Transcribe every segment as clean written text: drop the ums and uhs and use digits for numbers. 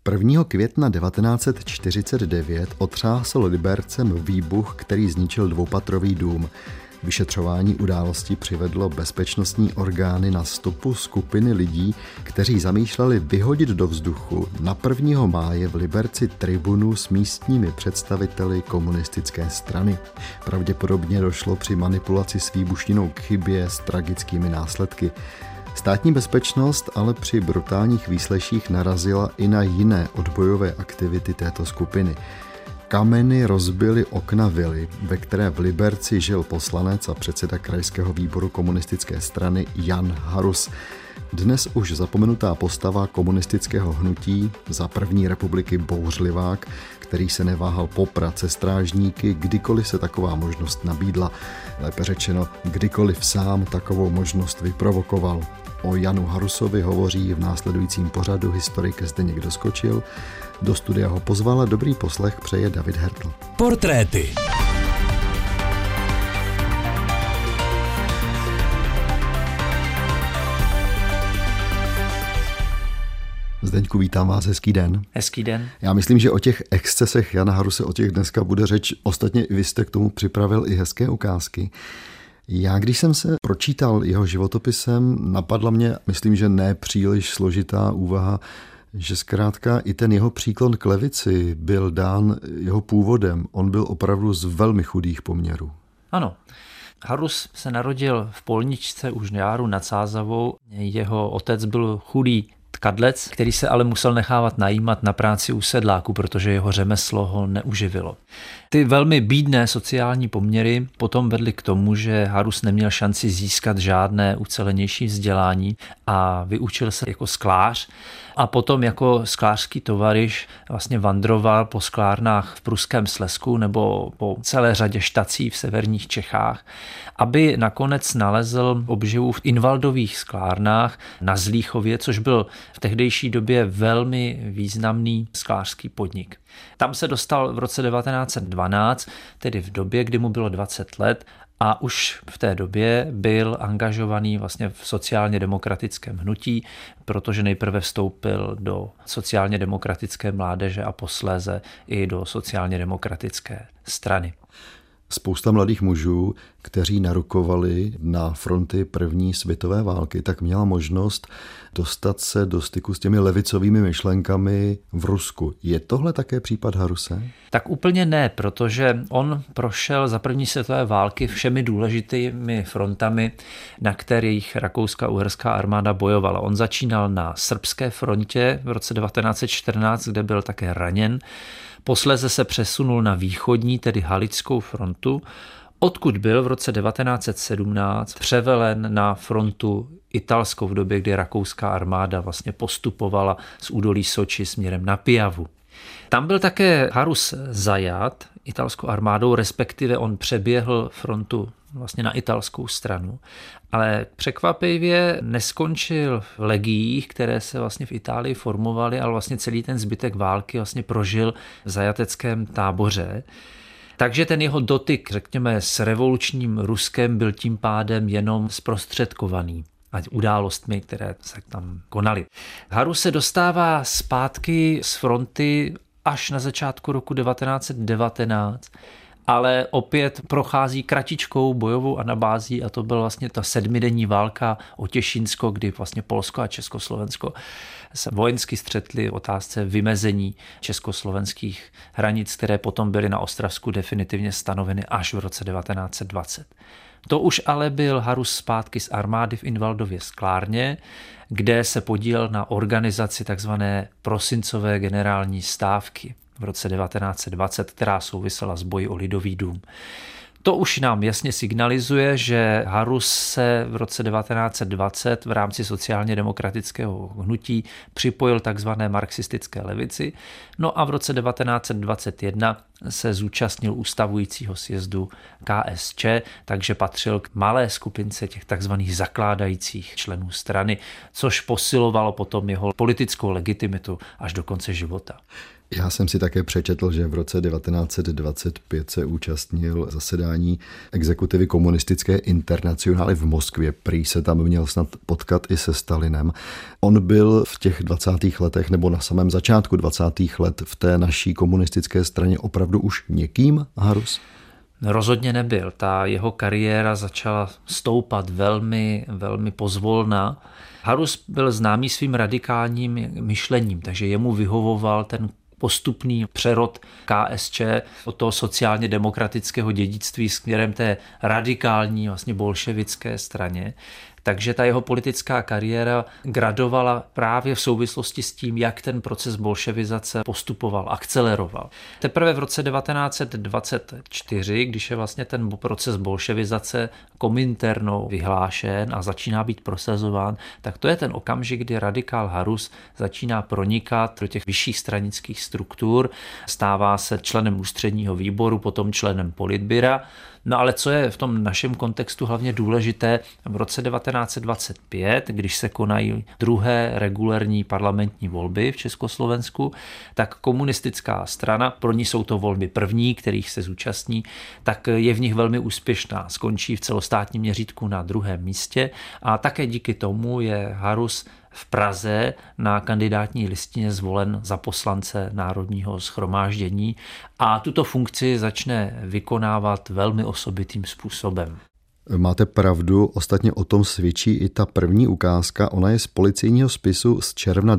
1. května 1949 otřásl Libercem výbuch, který zničil dvoupatrový dům. Vyšetřování události přivedlo bezpečnostní orgány na stopu skupiny lidí, kteří zamýšleli vyhodit do vzduchu na 1. máje v Liberci tribunu s místními představiteli komunistické strany. Pravděpodobně došlo při manipulaci s výbušninou k chybě s tragickými následky. Státní bezpečnost ale při brutálních výsleších narazila i na jiné odbojové aktivity této skupiny. Kameny rozbily okna vily, ve které v Liberci žil poslanec a předseda krajského výboru komunistické strany Jan Harus. Dnes už zapomenutá postava komunistického hnutí, za první republiky bouřlivák, který se neváhal poprat se strážníky, kdykoliv se taková možnost nabídla. Lépe řečeno, kdykoliv sám takovou možnost vyprovokoval. O Janu Harusovi hovoří v následujícím pořadu historik Zdeněk Doskočil. Do studia ho pozvala, dobrý poslech přeje David Hertl. Portréty. Zdeňku, vítám vás, hezký den. Hezký den. Já myslím, že o těch excesech Jana Haruse, o těch dneska bude řeč. Ostatně vy jste k tomu připravil i hezké ukázky. Já, když jsem se pročítal jeho životopisem, napadla mě, myslím, že ne příliš složitá úvaha, že zkrátka i ten jeho příklon k levici byl dán jeho původem. On byl opravdu z velmi chudých poměrů. Ano. Harus se narodil v Polničce u Žňáru nad Sázavou. Jeho otec byl chudý tkadlec, který se ale musel nechávat najímat na práci u sedláku, protože jeho řemeslo ho neuživilo. Ty velmi bídné sociální poměry potom vedly k tomu, že Harus neměl šanci získat žádné ucelenější vzdělání a vyučil se jako sklář a potom jako sklářský tovaryš vlastně vandroval po sklárnách v Pruském Slezsku nebo po celé řadě štací v severních Čechách, aby nakonec nalezl obživu v Inwaldových sklárnách na Zlíchově, což byl v tehdejší době velmi významný sklářský podnik. Tam se dostal v roce 1912, tedy v době, kdy mu bylo 20 let, a už v té době byl angažovaný vlastně v sociálně demokratickém hnutí, protože nejprve vstoupil do sociálně demokratické mládeže a posléze i do sociálně demokratické strany. Spousta mladých mužů, kteří narukovali na fronty první světové války, tak měla možnost dostat se do styku s těmi levicovými myšlenkami v Rusku. Je tohle také případ Haruse? Tak úplně ne, protože on prošel za první světové války všemi důležitými frontami, na kterých rakouská uherská armáda bojovala. On začínal na srbské frontě v roce 1914, kde byl také raněn. Posléze se přesunul na východní, tedy Halickou frontu, odkud byl v roce 1917 převelen na frontu italskou v době, kdy rakouská armáda vlastně postupovala z údolí Soči směrem na Pijavu. Tam byl také Harus zajat italskou armádou, respektive on přeběhl frontu vlastně na italskou stranu, ale překvapivě neskončil v legiích, které se vlastně v Itálii formovaly, ale vlastně celý ten zbytek války vlastně prožil v zajateckém táboře. Takže ten jeho dotyk, řekněme, s revolučním Ruskem byl tím pádem jenom zprostředkovaný a událostmi, které se tam konaly. Harus se dostává zpátky z fronty až na začátku roku 1919, ale opět prochází kratičkou bojovou anabází a to byla vlastně ta 7denní válka o Těšínsko, kdy vlastně Polsko a Československo se vojensky střetli v otázce vymezení československých hranic, které potom byly na Ostravsku definitivně stanoveny až v roce 1920. To už ale byl Harus zpátky z armády v Inwaldově sklárně, kde se podílel na organizaci takzvané prosincové generální stávky v roce 1920, která souvisela s boji o Lidový dům. To už nám jasně signalizuje, že Harus se v roce 1920 v rámci sociálně demokratického hnutí připojil takzvané marxistické levici, no a v roce 1921 se zúčastnil ustavujícího sjezdu KSČ, takže patřil k malé skupince těch takzvaných zakládajících členů strany, což posilovalo potom jeho politickou legitimitu až do konce života. Já jsem si také přečetl, že v roce 1925 se účastnil zasedání exekutivy komunistické internacionály v Moskvě. Prý se tam měl snad potkat i se Stalinem. On byl v těch 20. letech nebo na samém začátku 20. let v té naší komunistické straně opravdu už někým, Harus? Rozhodně nebyl. Ta jeho kariéra začala stoupat velmi, velmi pozvolna. Harus byl známý svým radikálním myšlením, takže jemu vyhovoval ten postupný přerod KSČ od toho sociálně demokratického dědictví směrem té radikální vlastně bolševické straně. Takže ta jeho politická kariéra gradovala právě v souvislosti s tím, jak ten proces bolševizace postupoval, akceleroval. Teprve v roce 1924, když je vlastně ten proces bolševizace kominternou vyhlášen a začíná být prosazován, tak to je ten okamžik, kdy radikál Harus začíná pronikat do těch vyšších stranických struktur, stává se členem ústředního výboru, potom členem politbyra. No ale co je v tom našem kontextu hlavně důležité, v roce 1925, když se konají druhé regulérní parlamentní volby v Československu, tak komunistická strana, pro ní jsou to volby první, kterých se zúčastní, tak je v nich velmi úspěšná. Skončí v celostátním měřítku na druhém místě a také díky tomu je Harus v Praze na kandidátní listině zvolen za poslance Národního shromáždění a tuto funkci začne vykonávat velmi osobitým způsobem. Máte pravdu, ostatně o tom svědčí i ta první ukázka, ona je z policejního spisu z června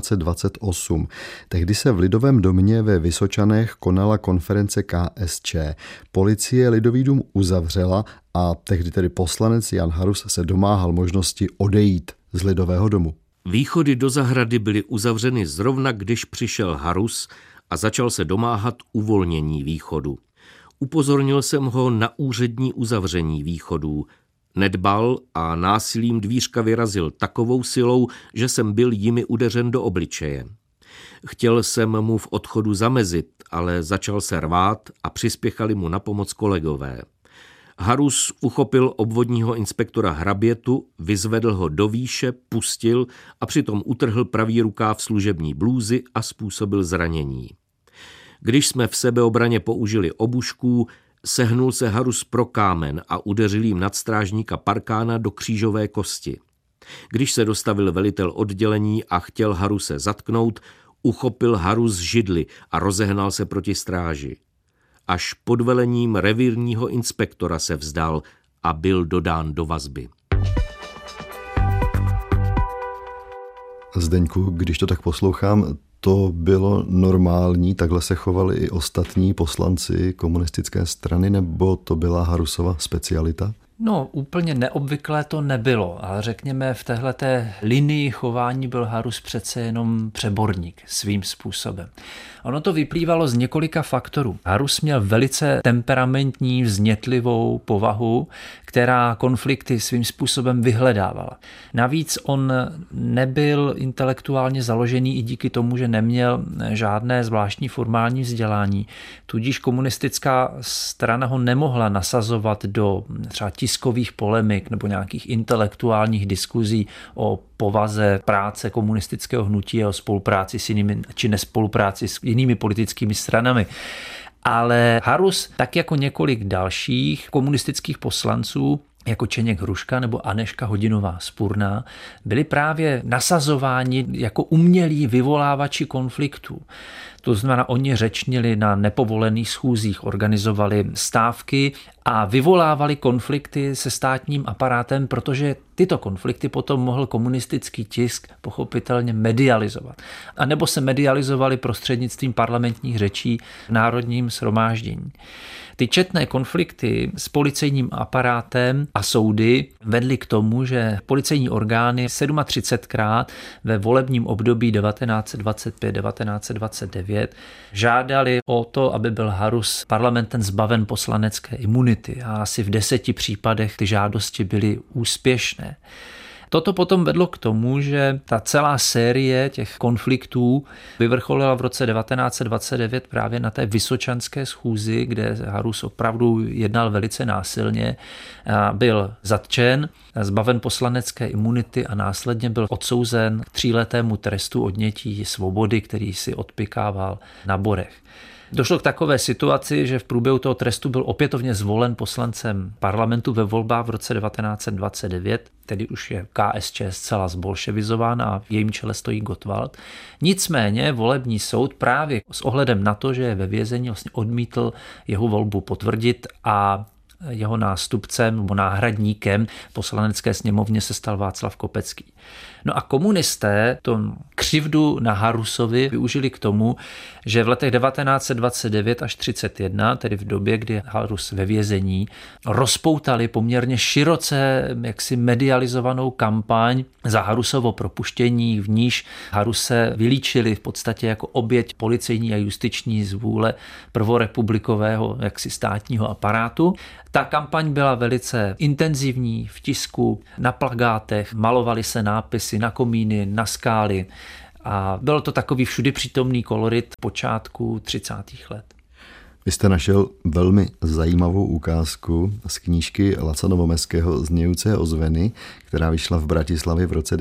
1928. Tehdy se v Lidovém domě ve Vysočanech konala konference KSČ. Policie Lidový dům uzavřela a tehdy tedy poslanec Jan Harus se domáhal možnosti odejít z Lidového domu. Východy do zahrady byly uzavřeny zrovna, když přišel Harus a začal se domáhat uvolnění východu. Upozornil jsem ho na úřední uzavření východů. Nedbal a násilím dvířka vyrazil takovou silou, že jsem byl jimi udeřen do obličeje. Chtěl jsem mu v odchodu zamezit, ale začal se rvát a přispěchali mu na pomoc kolegové. Harus uchopil obvodního inspektora Hrabětu, vyzvedl ho do výše, pustil a přitom utrhl pravý rukáv služební blůzy a způsobil zranění. Když jsme v sebeobraně použili obušků, sehnul se Harus pro kámen a udeřil jim nadstrážníka Parkána do křížové kosti. Když se dostavil velitel oddělení a chtěl Haruse zatknout, uchopil Harus židli a rozehnal se proti stráži. Až pod velením revírního inspektora se vzdal a byl dodán do vazby. Zdeňku, když to tak poslouchám, to bylo normální, takhle se chovali i ostatní poslanci komunistické strany, nebo to byla Harusova specialita? No, úplně neobvyklé to nebylo, ale řekněme v téhleté linii chování byl Harus přece jenom přeborník svým způsobem. Ono to vyplývalo z několika faktorů. Harus měl velice temperamentní, vznětlivou povahu, která konflikty svým způsobem vyhledávala. Navíc on nebyl intelektuálně založený i díky tomu, že neměl žádné zvláštní formální vzdělání. Tudíž komunistická strana ho nemohla nasazovat do třeba tiskových polemik nebo nějakých intelektuálních diskuzí o povaze práce komunistického hnutí a o spolupráci s jinými či nespolupráci s jinými politickými stranami. Ale Harus, tak jako několik dalších komunistických poslanců, jako Čeněk Hruška nebo Anežka Hodinová-Spurná, byli právě nasazováni jako umělí vyvolávači konfliktů. To znamená, oni řečnili na nepovolených schůzích, organizovali stávky a vyvolávali konflikty se státním aparátem, protože tyto konflikty potom mohl komunistický tisk pochopitelně medializovat. A nebo se medializovali prostřednictvím parlamentních řečí v Národním shromáždění. Ty četné konflikty s policejním aparátem a soudy vedly k tomu, že policejní orgány 37krát ve volebním období 1925-1929 žádali o to, aby byl Harus parlamentem zbaven poslanecké imunity a asi v 10 případech ty žádosti byly úspěšné. Toto potom vedlo k tomu, že ta celá série těch konfliktů vyvrcholila v roce 1929 právě na té vysočanské schůzi, kde Harus opravdu jednal velice násilně. Byl zatčen, zbaven poslanecké imunity a následně byl odsouzen k 3letému trestu odnětí svobody, který si odpykával na Borech. Došlo k takové situaci, že v průběhu toho trestu byl opětovně zvolen poslancem parlamentu ve volbách v roce 1929, tedy už je KSČ zcela zbolševizována a v jejím čele stojí Gottwald. Nicméně volební soud právě s ohledem na to, že je ve vězení, vlastně odmítl jeho volbu potvrdit a jeho nástupcem nebo náhradníkem v poslanecké sněmovně se stal Václav Kopecký. No a komunisté to křivdu na Harusovi využili k tomu, že v letech 1929 až 1931, tedy v době, kdy Harus ve vězení, rozpoutali poměrně široce jaksi medializovanou kampaň za Harusovo propuštění, v níž Haruse vylíčili v podstatě jako oběť policejní a justiční zvůle prvorepublikového jaksi státního aparátu. Ta kampaň byla velice intenzivní v tisku, na plakátech, malovaly se nápisy na komíny, na skály a byl to takový všudy přítomný kolorit počátku 30. let. Vy jste našel velmi zajímavou ukázku z knížky Laca Novomeského Znějící ozveny, která vyšla v Bratislavě v roce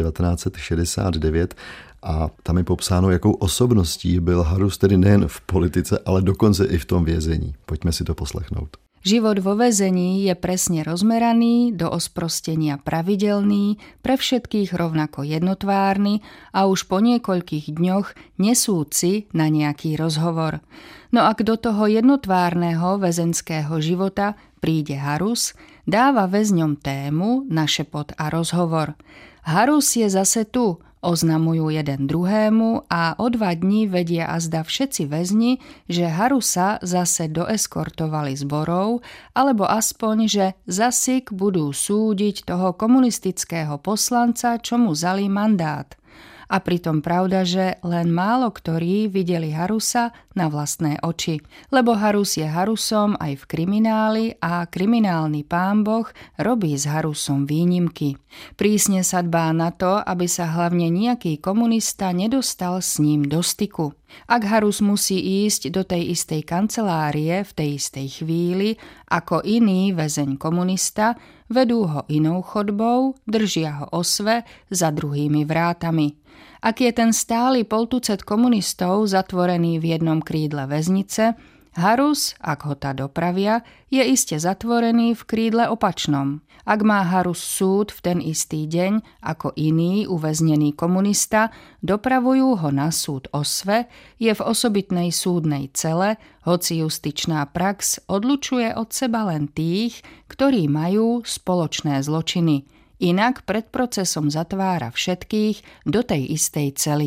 1969 a tam je popsáno, jakou osobností byl Harus tedy nejen v politice, ale dokonce i v tom vězení. Pojďme si to poslechnout. Život vo väzení je presne rozmeraný, do osprostenia pravidelný, pre všetkých rovnako jednotvárny a už po niekoľkých dňoch nesúci na nejaký rozhovor. No ak do toho jednotvárneho väzenského života príde Harus, dáva väzňom tému na šepot a rozhovor. Harus je zase tu, oznamujú jeden druhému a o 2 dní vedia azda všetci väzni, že Harusa zase doeskortovali z Borov, alebo aspoň, že zasik budú súdiť toho komunistického poslanca, čo mu zali mandát. A pritom pravda, že len málo ktorí videli Harusa na vlastné oči. Lebo Harus je Harusom aj v krimináli a kriminálny pán Boh robí s Harusom výnimky. Prísne sa dbá na to, aby sa hlavne nejaký komunista nedostal s ním do styku. Ak Harus musí ísť do tej istej kancelárie v tej istej chvíli ako iný väzeň komunista, vedú ho inou chodbou, držia ho osve za druhými vrátami. Ak je ten stály poltucet komunistov zatvorený v jednom krídle väznice, Harus, ak ho tá dopravia, je iste zatvorený v krídle opačnom. Ak má Harus súd v ten istý deň ako iný uväznený komunista, dopravujú ho na súd osve, je v osobitnej súdnej cele, hoci justičná prax odlučuje od seba len tých, ktorí majú spoločné zločiny. Inak pred procesom zatvára všetkých do tej istej cely.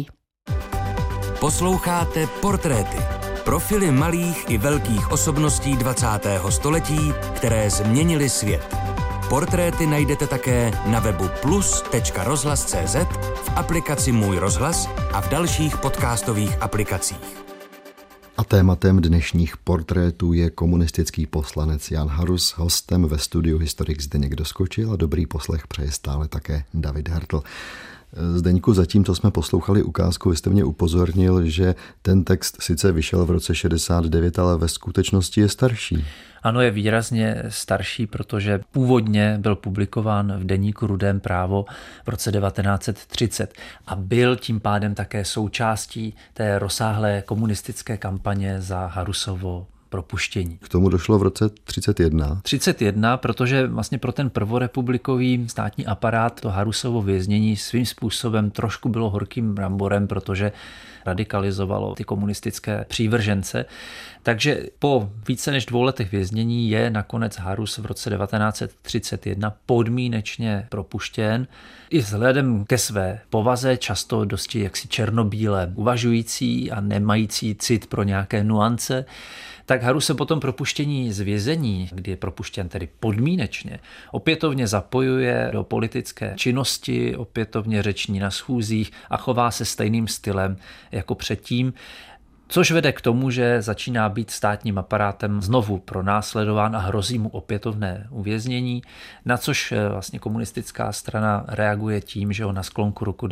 Posloucháte Portréty. Profily malých i velkých osobností 20. století, které změnily svět. Portréty najdete také na webu plus.rozhlas.cz, v aplikaci Můj rozhlas a v dalších podcastových aplikacích. A tématem dnešních portrétů je komunistický poslanec Jan Harus. Hostem ve studiu historik Zdeněk Doskočil a dobrý poslech přeje stále také David Hertl. Zdeňku, zatím, co jsme poslouchali ukázku, vy jste mě upozornil, že ten text sice vyšel v roce 69, ale ve skutečnosti je starší. Ano, je výrazně starší, protože původně byl publikován v deníku Rudém právo v roce 1930 a byl tím pádem také součástí té rozsáhlé komunistické kampaně za Harusovo propuštění. K tomu došlo v roce 31. 31, protože vlastně pro ten prvorepublikový státní aparát to Harusovo věznění svým způsobem trošku bylo horkým bramborem, protože radikalizovalo ty komunistické přívržence. Takže po více než 2 letech věznění je nakonec Harus v roce 1931 podmínečně propuštěn. I vzhledem ke své povaze, často dosti jaksi černobíle uvažující a nemající cit pro nějaké nuance, tak Harus se po tom propuštění z vězení, kdy je propuštěn tedy podmínečně, opětovně zapojuje do politické činnosti, opětovně řeční na schůzích a chová se stejným stylem jako předtím. Což vede k tomu, že začíná být státním aparátem znovu pronásledován a hrozí mu opětovné uvěznění, na což vlastně komunistická strana reaguje tím, že ho na sklonku roku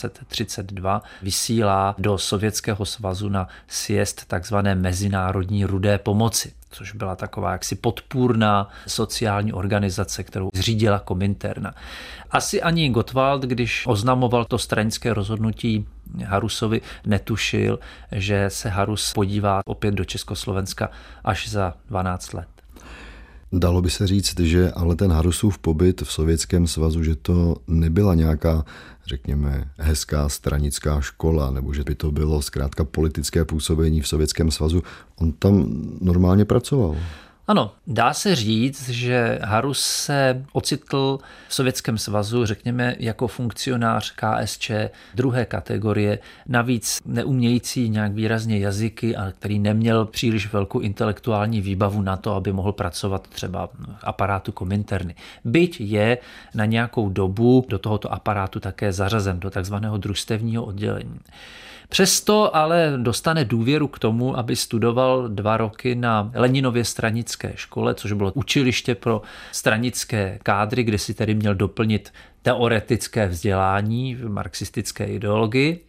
1932 vysílá do Sovětského svazu na sjezd takzvané Mezinárodní rudé pomoci, což byla taková jaksi podpůrná sociální organizace, kterou zřídila Kominterna. Asi ani Gottwald, když oznamoval to stranické rozhodnutí Harusovi, netušil, že se Harus podívá opět do Československa až za 12 let. Dalo by se říct, že ale ten Harusův pobyt v Sovětském svazu, že to nebyla nějaká, řekněme, hezká stranická škola, nebo že by to bylo zkrátka politické působení v Sovětském svazu. On tam normálně pracoval. Ano, dá se říct, že Harus se ocitl v Sovětském svazu, řekněme, jako funkcionář KSČ druhé kategorie, navíc neumějící nějak výrazně jazyky, ale který neměl příliš velkou intelektuální výbavu na to, aby mohl pracovat třeba v aparátu Kominterny. Byť je na nějakou dobu do tohoto aparátu také zařazen do takzvaného družstevního oddělení. Přesto ale dostane důvěru k tomu, aby studoval 2 roky na Leninově stranické škole, což bylo učiliště pro stranické kádry, kde si tedy měl doplnit teoretické vzdělání v marxistické ideologii.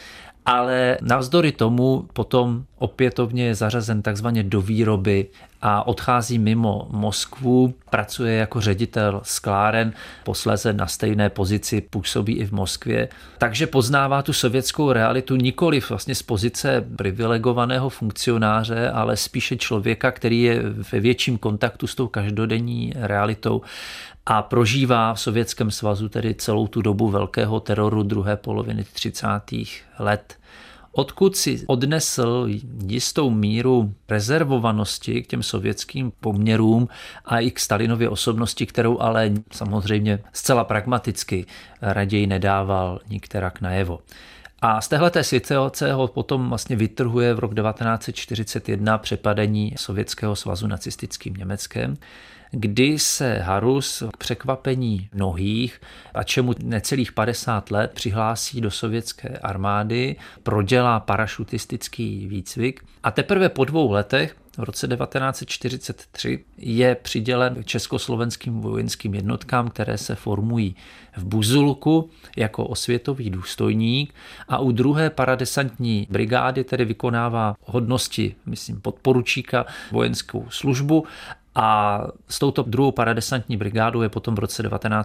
Ale navzdory tomu potom opětovně je zařazen takzvaně do výroby a odchází mimo Moskvu, pracuje jako ředitel skláren, posléze na stejné pozici působí i v Moskvě. Takže poznává tu sovětskou realitu nikoliv vlastně z pozice privilegovaného funkcionáře, ale spíše člověka, který je ve větším kontaktu s tou každodenní realitou a prožívá v Sovětském svazu tedy celou tu dobu velkého teroru druhé poloviny 30. let. Odkud si odnesl jistou míru rezervovanosti k těm sovětským poměrům a i k Stalinově osobnosti, kterou ale samozřejmě zcela pragmaticky raději nedával nikterak najevo. A z téhleté situace ho potom vlastně vytrhuje v rok 1941 přepadení Sovětského svazu nacistickým Německem, kdy se Harus k překvapení mnohých, a čemu necelých 50 let, přihlásí do sovětské armády, prodělá parašutistický výcvik a teprve po 2 letech v roce 1943 je přidělen československým vojenským jednotkám, které se formují v Buzulku jako osvětový důstojník a u 2. paradesantní brigády tedy vykonává hodnosti, myslím, podporučíka vojenskou službu. A s touto 2. paradesantní brigádou je potom v roce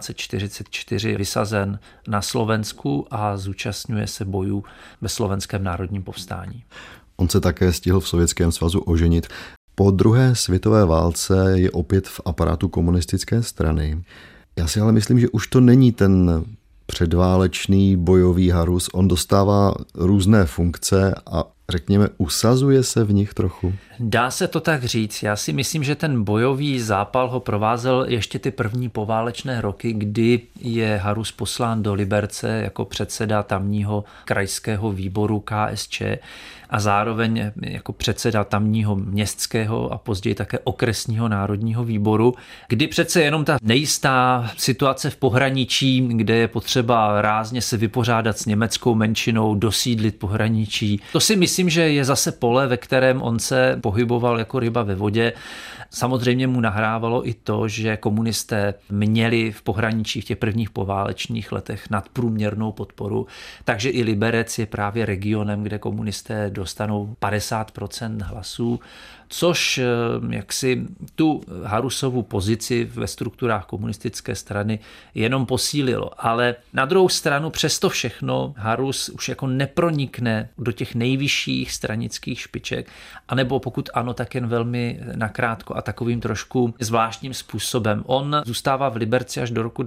1944 vysazen na Slovensku a zúčastňuje se bojů ve slovenském národním povstání. On se také stihl v Sovětském svazu oženit. Po druhé světové válce je opět v aparátu komunistické strany. Já si ale myslím, že už to není ten předválečný bojový Harus. On dostává různé funkce a řekněme, usazuje se v nich trochu? Dá se to tak říct. Já si myslím, že ten bojový zápal ho provázel ještě ty první poválečné roky, kdy je Harus poslán do Liberce jako předseda tamního krajského výboru KSČ a zároveň jako předseda tamního městského a později také okresního národního výboru, kdy přece jenom ta nejistá situace v pohraničí, kde je potřeba rázně se vypořádat s německou menšinou, dosídlit pohraničí. To si myslím, že je zase pole, ve kterém on se pohyboval jako ryba ve vodě. Samozřejmě mu nahrávalo i to, že komunisté měli v pohraničí v těch prvních poválečných letech nadprůměrnou podporu, takže i Liberec je právě regionem, kde komunisté dostanou 50% hlasů, což jaksi tu Harusovu pozici ve strukturách komunistické strany jenom posílilo. Ale na druhou stranu přesto všechno Harus už jako nepronikne do těch nejvyšších stranických špiček, anebo pokud ano, tak jen velmi nakrátko a takovým trošku zvláštním způsobem. On zůstává v Liberci až do roku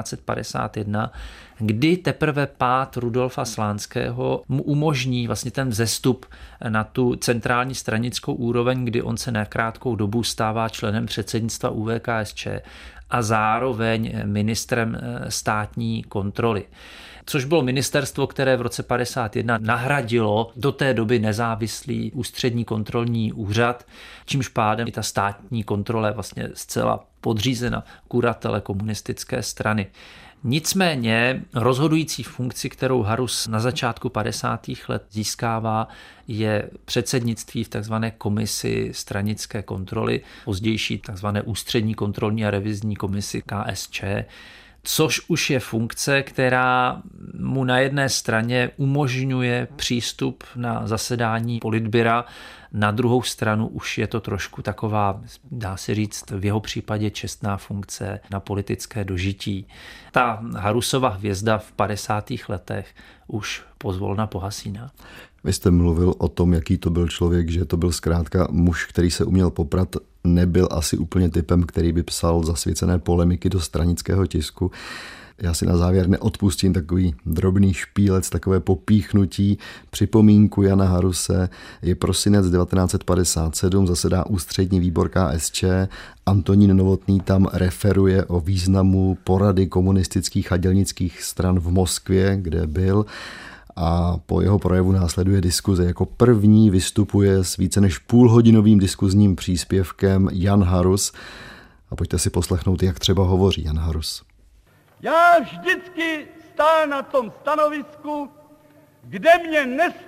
1951, kdy teprve pád Rudolfa Slánského mu umožní vlastně ten vzestup na tu centrální stranickou úroveň, kdy on se na krátkou dobu stává členem předsednictva ÚVKSČ a zároveň ministrem státní kontroly. Což bylo ministerstvo, které v roce 1951 nahradilo do té doby nezávislý ústřední kontrolní úřad, čímž pádem i ta státní kontrola je vlastně zcela podřízena kuratele komunistické strany. Nicméně rozhodující funkci, kterou Harus na začátku 50. let získává, je předsednictví v tzv. Komisi stranické kontroly, pozdější tzv. Ústřední kontrolní a revizní komisi KSČ, což už je funkce, která mu na jedné straně umožňuje přístup na zasedání politbyra, na druhou stranu už je to trošku taková, dá se říct, v jeho případě čestná funkce na politické dožití. Ta Harusova hvězda v 50. letech už pozvolna pohasíná. Vy jste mluvil o tom, jaký to byl člověk, že to byl zkrátka muž, který se uměl poprat, nebyl asi úplně typem, který by psal zasvěcené polemiky do stranického tisku. Já si na závěr neodpustím takový drobný špílec, takové popíchnutí, připomínku Jana Haruse. Je prosinec 1957, zasedá ústřední výbor KSČ. Antonín Novotný tam referuje o významu porady komunistických a dělnických stran v Moskvě, kde byl. A po jeho projevu následuje diskuze. Jako první vystupuje s více než půlhodinovým diskuzním příspěvkem Jan Harus. A pojďte si poslechnout, jak třeba hovoří Jan Harus. Já vždycky stál na tom stanovisku, kde mě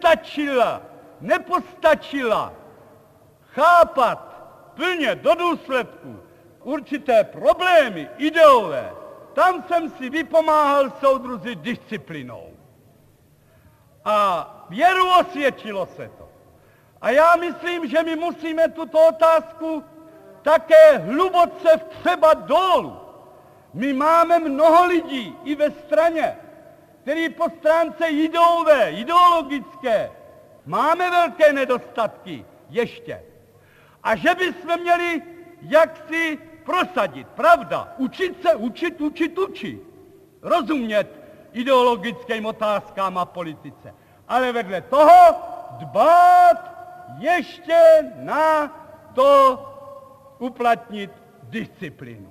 nepostačila chápat plně do důsledku určité problémy ideové. Tam jsem si vypomáhal soudruzi disciplinou. A věru osvědčilo se to. A já myslím, že my musíme tuto otázku také hluboce vtřebat dolů. My máme mnoho lidí i ve straně, který po stránce ideové, ideologické, máme velké nedostatky ještě. A že bychom měli jaksi prosadit, pravda, učit, rozumět ideologickým otázkám a politice. Ale vedle toho dbát ještě na to uplatnit disciplínu.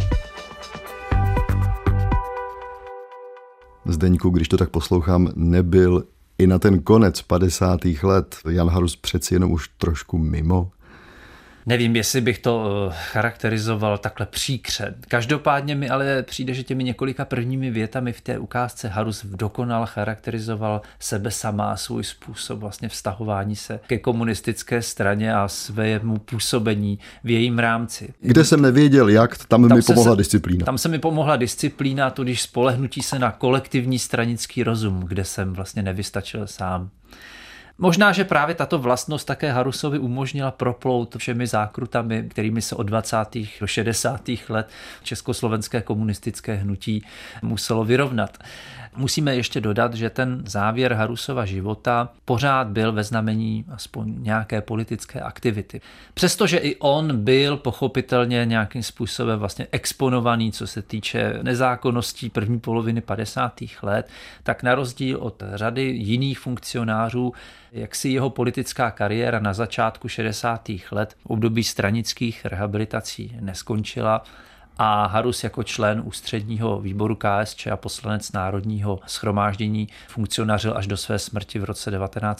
Zdeňku, když to tak poslouchám, nebyl i na ten konec 50. let Jan Harus přeci jenom už trošku mimo? Nevím, jestli bych to charakterizoval takhle příkře. Každopádně mi ale přijde, že těmi několika prvními větami v té ukázce Harus dokonal charakterizoval sebe sama, svůj způsob vlastně vztahování se ke komunistické straně a svému působení v jejím rámci. Kde jsem nevěděl, jak, tam mi pomohla disciplína. Tam se mi pomohla disciplína, tudíž spolehnutí se na kolektivní stranický rozum, kde jsem vlastně nevystačil sám. Možná, že právě tato vlastnost také Harusovi umožnila proplout všemi zákrutami, kterými se od 20. do 60. let československé komunistické hnutí muselo vyrovnat. Musíme ještě dodat, že ten závěr Harusova života pořád byl ve znamení aspoň nějaké politické aktivity. Přestože i on byl pochopitelně nějakým způsobem vlastně exponovaný, co se týče nezákonností první poloviny 50. let, tak na rozdíl od řady jiných funkcionářů, jak si jeho politická kariéra na začátku 60. let v období stranických rehabilitací neskončila, a Harus jako člen ústředního výboru KSČ a poslanec Národního shromáždění funkcionařil až do své smrti v roce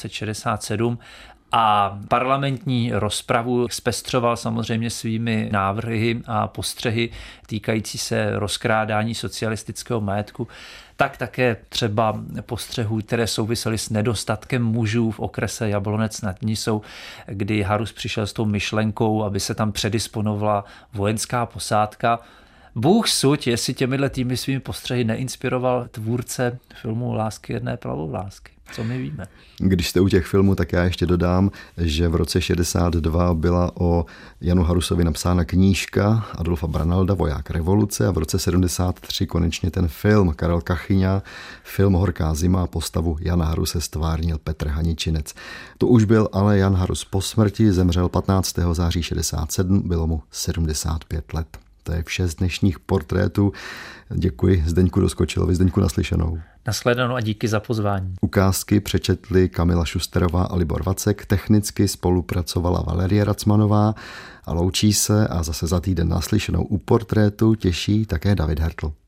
1967 a parlamentní rozpravu zpestřoval samozřejmě svými návrhy a postřehy týkající se rozkrádání socialistického majetku, tak také třeba postřehů, které souvisely s nedostatkem mužů v okrese Jablonec nad Nisou, kdy Harus přišel s tou myšlenkou, aby se tam předisponovala vojenská posádka. Bůh suď, jestli těmi svými postřehy neinspiroval tvůrce filmu Lásky jedné plavovlásky. Co my víme? Když jste u těch filmů, tak já ještě dodám, že v roce 62 byla o Janu Harusovi napsána knížka Adolfa Branalda Voják revoluce a v roce 73 konečně ten film Karel Kachyňa, film Horká zima a postavu Jana Haruse stvárnil Petr Haničinec. To už byl ale Jan Harus po smrti, zemřel 15. září 67, bylo mu 75 let. To je vše z dnešních portrétů. Děkuji Zdeňku Doskočilovi. Zdeňku, naslyšenou. Nashledanou a díky za pozvání. Ukázky přečetli Kamila Šusterová a Libor Vacek, technicky spolupracovala Valerie Racmanová a loučí se a zase za týden naslyšenou u portrétu těší také David Hertl.